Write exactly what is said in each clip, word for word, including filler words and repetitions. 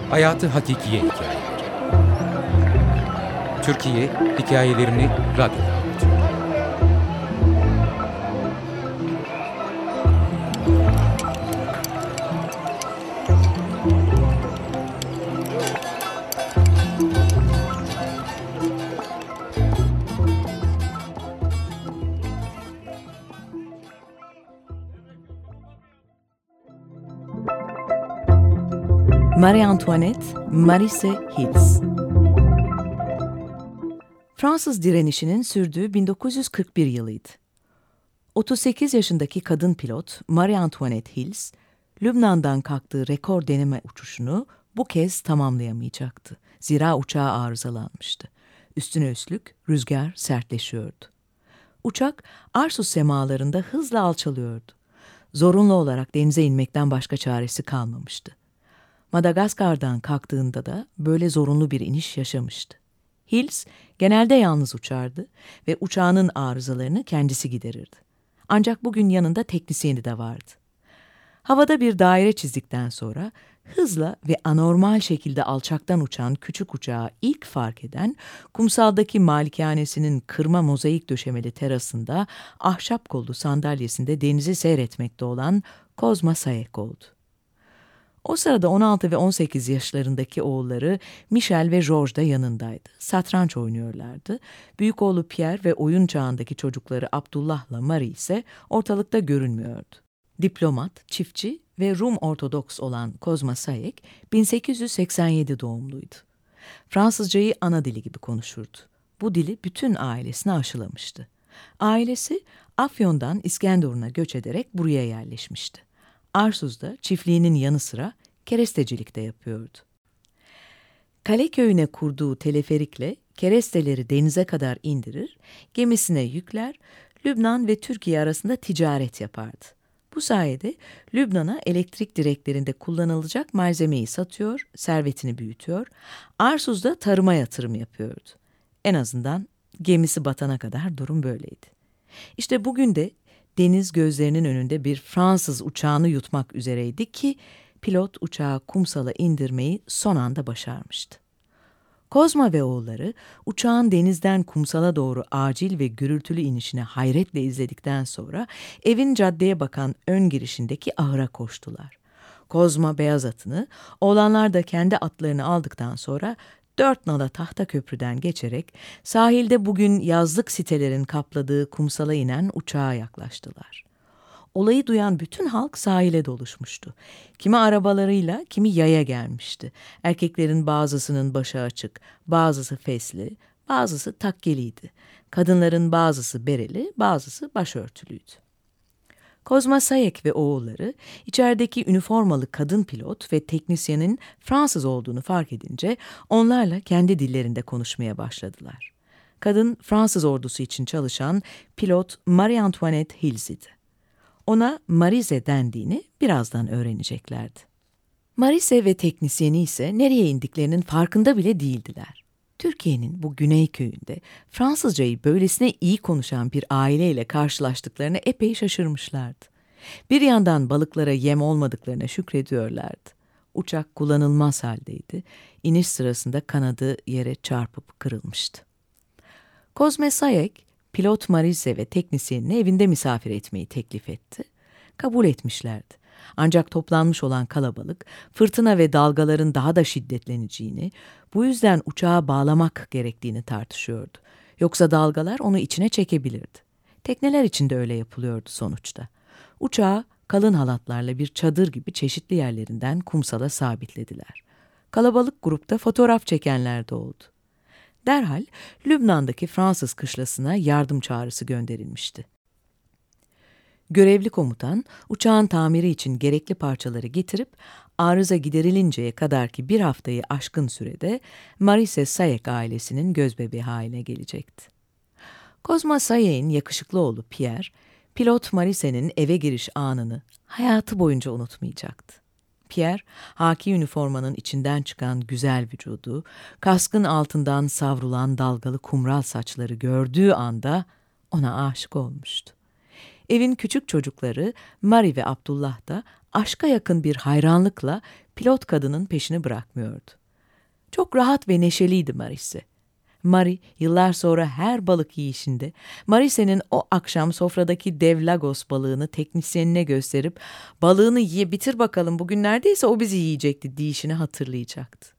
Hayatı hakikiye hikayeleri. Türkiye hikayelerini radyoda anlatıyor. Marie Antoinette, Marise Hills. Fransız direnişinin sürdüğü bin dokuz yüz kırk bir yılıydı. otuz sekiz yaşındaki kadın pilot Marie Antoinette Hills, Lübnan'dan kalktığı rekor deneme uçuşunu bu kez tamamlayamayacaktı. Zira uçağı arızalanmıştı. Üstüne üstlük rüzgar sertleşiyordu. Uçak Arsus semalarında hızla alçalıyordu. Zorunlu olarak denize inmekten başka çaresi kalmamıştı. Madagaskar'dan kalktığında da böyle zorunlu bir iniş yaşamıştı. Hills genelde yalnız uçardı ve uçağının arızalarını kendisi giderirdi. Ancak bugün yanında teknisyeni de vardı. Havada bir daire çizdikten sonra hızla ve anormal şekilde alçaktan uçan küçük uçağı ilk fark eden, kumsaldaki malikanesinin kırma mozaik döşemeli terasında ahşap kollu sandalyesinde denizi seyretmekte olan Kozma Sayek oldu. O sırada on altı ve on sekiz yaşlarındaki oğulları Michel ve George da yanındaydı. Satranç oynuyorlardı. Büyük oğlu Pierre ve oyun çağındaki çocukları Abdullah'la Marie ise ortalıkta görünmüyordu. Diplomat, çiftçi ve Rum Ortodoks olan Kozma Sayek bin sekiz yüz seksen yedi doğumluydu. Fransızcayı ana dili gibi konuşurdu. Bu dili bütün ailesine aşılamıştı. Ailesi Afyon'dan İskenderun'a göç ederek buraya yerleşmişti. Arsuz'da çiftliğinin yanı sıra kerestecilik de yapıyordu. Kale köyüne kurduğu teleferikle keresteleri denize kadar indirir, gemisine yükler, Lübnan ve Türkiye arasında ticaret yapardı. Bu sayede Lübnan'a elektrik direklerinde kullanılacak malzemeyi satıyor, servetini büyütüyor, Arsuz'da tarıma yatırım yapıyordu. En azından gemisi batana kadar durum böyleydi. İşte bugün de deniz gözlerinin önünde bir Fransız uçağını yutmak üzereydi ki pilot uçağı kumsala indirmeyi son anda başarmıştı. Kozma ve oğulları uçağın denizden kumsala doğru acil ve gürültülü inişini hayretle izledikten sonra evin caddeye bakan ön girişindeki ahıra koştular. Kozma beyaz atını, oğlanlar da kendi atlarını aldıktan sonra dört nala tahta köprüden geçerek sahilde bugün yazlık sitelerin kapladığı kumsala inen uçağa yaklaştılar. Olayı duyan bütün halk sahile doluşmuştu. Kimi arabalarıyla, kimi yaya gelmişti. Erkeklerin bazısının başı açık, bazısı fesli, bazısı takkeliydi. Kadınların bazısı bereli, bazısı başörtülüydü. Kozma Sayek ve oğulları içerideki üniformalı kadın pilot ve teknisyenin Fransız olduğunu fark edince onlarla kendi dillerinde konuşmaya başladılar. Kadın Fransız ordusu için çalışan pilot Marie Antoinette Hills idi. Ona Marise dendiğini birazdan öğreneceklerdi. Marise ve teknisyeni ise nereye indiklerinin farkında bile değildiler. Türkiye'nin bu güney köyünde Fransızcayı böylesine iyi konuşan bir aileyle karşılaştıklarına epey şaşırmışlardı. Bir yandan balıklara yem olmadıklarına şükrediyorlardı. Uçak kullanılmaz haldeydi. İniş sırasında kanadı yere çarpıp kırılmıştı. Kozma Sayek, pilot Marise ve teknisyenini evinde misafir etmeyi teklif etti. Kabul etmişlerdi. Ancak toplanmış olan kalabalık, fırtına ve dalgaların daha da şiddetleneceğini, bu yüzden uçağı bağlamak gerektiğini tartışıyordu. Yoksa dalgalar onu içine çekebilirdi. Tekneler için de öyle yapılıyordu sonuçta. Uçağı kalın halatlarla bir çadır gibi çeşitli yerlerinden kumsala sabitlediler. Kalabalık grupta fotoğraf çekenler de oldu. Derhal Lübnan'daki Fransız kışlasına yardım çağrısı gönderilmişti. Görevli komutan uçağın tamiri için gerekli parçaları getirip arıza giderilinceye kadarki bir haftayı aşkın sürede Marise Sayek ailesinin gözbebeği haline gelecekti. Kozma Sayek'in yakışıklı oğlu Pierre, pilot Marise'nin eve giriş anını hayatı boyunca unutmayacaktı. Pierre, haki üniformanın içinden çıkan güzel vücudu, kaskın altından savrulan dalgalı kumral saçları gördüğü anda ona aşık olmuştu. Evin küçük çocukları Marie ve Abdullah da aşka yakın bir hayranlıkla pilot kadının peşini bırakmıyordu. Çok rahat ve neşeliydi Marise. Marie yıllar sonra her balık yiyişinde Marise'nin o akşam sofradaki dev Lagos balığını teknisyenine gösterip balığını ye bitir bakalım bugün neredeyse o bizi yiyecekti deyişini hatırlayacaktı.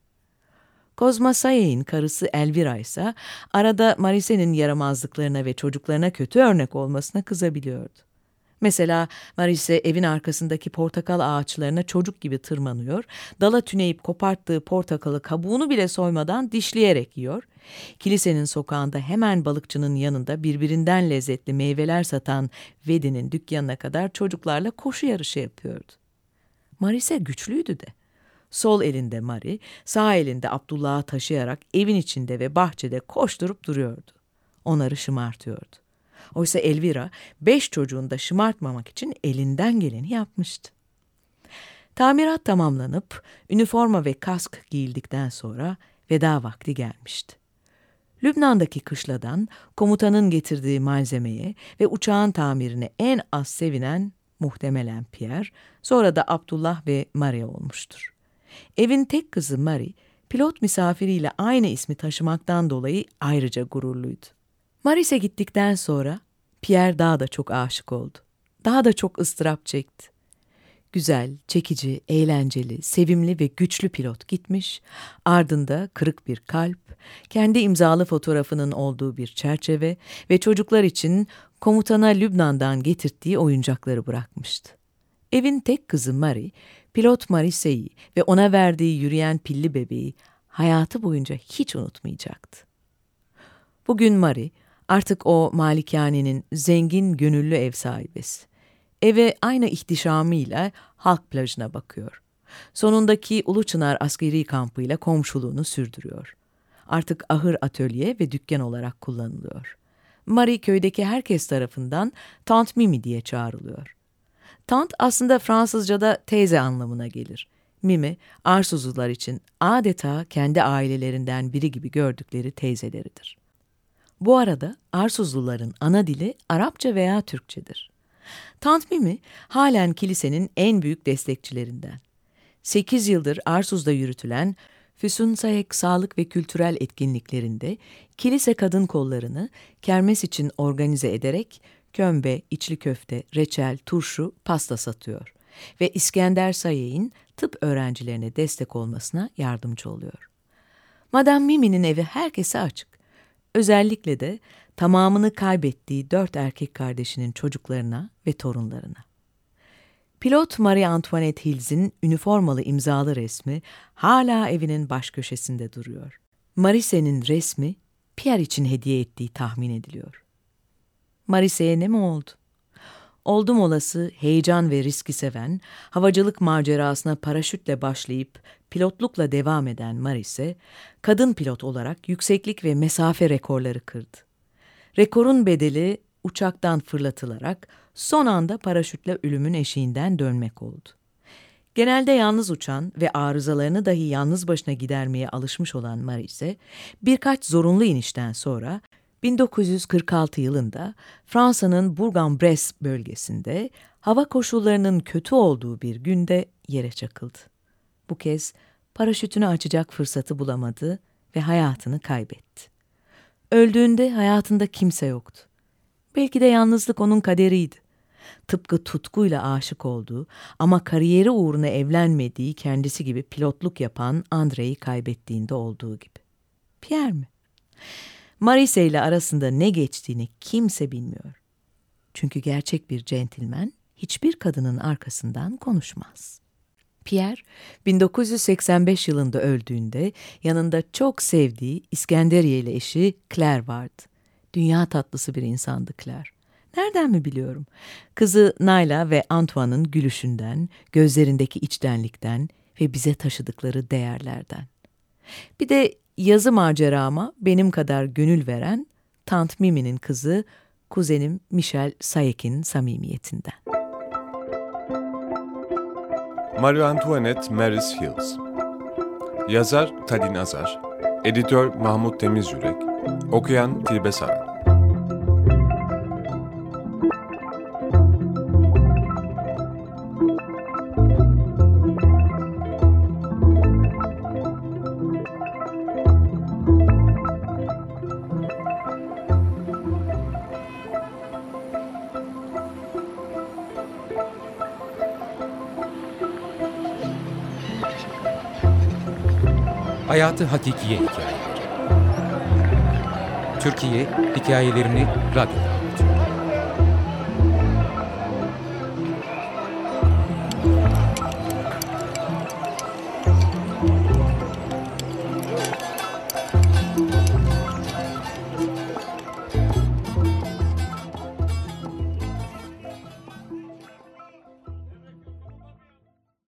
Kozma Sayek'in karısı Elvira ise arada Marise'nin yaramazlıklarına ve çocuklarına kötü örnek olmasına kızabiliyordu. Mesela Marise evin arkasındaki portakal ağaçlarına çocuk gibi tırmanıyor, dala tüneyip koparttığı portakalı kabuğunu bile soymadan dişleyerek yiyor, kilisenin sokağında hemen balıkçının yanında birbirinden lezzetli meyveler satan Vedi'nin dükkanına kadar çocuklarla koşu yarışı yapıyordu. Marise güçlüydü de. Sol elinde Marie, sağ elinde Abdullah'ı taşıyarak evin içinde ve bahçede koşturup duruyordu. Onları şımartıyordu. Oysa Elvira beş çocuğunu da şımartmamak için elinden geleni yapmıştı. Tamirat tamamlanıp üniforma ve kask giyildikten sonra veda vakti gelmişti. Lübnan'daki kışladan komutanın getirdiği malzemeye ve uçağın tamirine en az sevinen muhtemelen Pierre, sonra da Abdullah ve Maria olmuştur. Evin tek kızı Marie, pilot misafiriyle aynı ismi taşımaktan dolayı ayrıca gururluydu. Marise gittikten sonra Pierre daha da çok aşık oldu. Daha da çok ıstırap çekti. Güzel, çekici, eğlenceli, sevimli ve güçlü pilot gitmiş, ardında kırık bir kalp, kendi imzalı fotoğrafının olduğu bir çerçeve ve çocuklar için komutana Lübnan'dan getirttiği oyuncakları bırakmıştı. Evin tek kızı Marie, pilot Marise'yi ve ona verdiği yürüyen pilli bebeği hayatı boyunca hiç unutmayacaktı. Bugün Marie artık o malikanenin zengin, gönüllü ev sahibesi. Eve aynı ihtişamıyla halk plajına bakıyor. Sonundaki Uluçınar askeri kampıyla komşuluğunu sürdürüyor. Artık ahır, atölye ve dükkan olarak kullanılıyor. Marie köydeki herkes tarafından Tante Mimi diye çağrılıyor. Tant aslında Fransızca'da teyze anlamına gelir. Mimi, arsuzlular için adeta kendi ailelerinden biri gibi gördükleri teyzeleridir. Bu arada Arsuzluların ana dili Arapça veya Türkçedir. Tant Mimi halen kilisenin en büyük destekçilerinden. Sekiz yıldır Arsuz'da yürütülen Füsun Sayek sağlık ve kültürel etkinliklerinde kilise kadın kollarını kermes için organize ederek kömbe, içli köfte, reçel, turşu, pasta satıyor ve İskender Sayek'in tıp öğrencilerine destek olmasına yardımcı oluyor. Madame Mimi'nin evi herkese açık. Özellikle de tamamını kaybettiği dört erkek kardeşinin çocuklarına ve torunlarına. Pilot Marie Antoinette Hills'in üniformalı imzalı resmi hala evinin baş köşesinde duruyor. Marise'nin resmi Pierre için hediye ettiği tahmin ediliyor. Marise'ye ne mi oldu? Oldum olası heyecan ve riski seven, havacılık macerasına paraşütle başlayıp pilotlukla devam eden Marise, kadın pilot olarak yükseklik ve mesafe rekorları kırdı. Rekorun bedeli uçaktan fırlatılarak son anda paraşütle ölümün eşiğinden dönmek oldu. Genelde yalnız uçan ve arızalarını dahi yalnız başına gidermeye alışmış olan Marise, birkaç zorunlu inişten sonra bin dokuz yüz kırk altı yılında Fransa'nın Bourg-en-Bresse bölgesinde hava koşullarının kötü olduğu bir günde yere çakıldı. Bu kez paraşütünü açacak fırsatı bulamadı ve hayatını kaybetti. Öldüğünde hayatında kimse yoktu. Belki de yalnızlık onun kaderiydi. Tıpkı tutkuyla aşık olduğu ama kariyeri uğruna evlenmediği kendisi gibi pilotluk yapan Andrei'yi kaybettiğinde olduğu gibi. Pierre mi? Marise ile arasında ne geçtiğini kimse bilmiyor. Çünkü gerçek bir centilmen hiçbir kadının arkasından konuşmaz. Pierre, bin dokuz yüz seksen beş yılında öldüğünde yanında çok sevdiği İskenderiyeli eşi Claire vardı. Dünya tatlısı bir insandı Claire. Nereden mi biliyorum? Kızı Naila ve Antoine'ın gülüşünden, gözlerindeki içtenlikten ve bize taşıdıkları değerlerden. Bir de yazı macerama benim kadar gönül veren Tante Mimi'nin kızı, kuzenim Michel Sayek'in samimiyetinden. Marie Antoinette Maris Hills. Yazar Tadin Azar, editör Mahmut Temizyürek, okuyan Tilbe Saran. Hayatı hakikiye hikayeleri. Türkiye hikayelerini radyoda.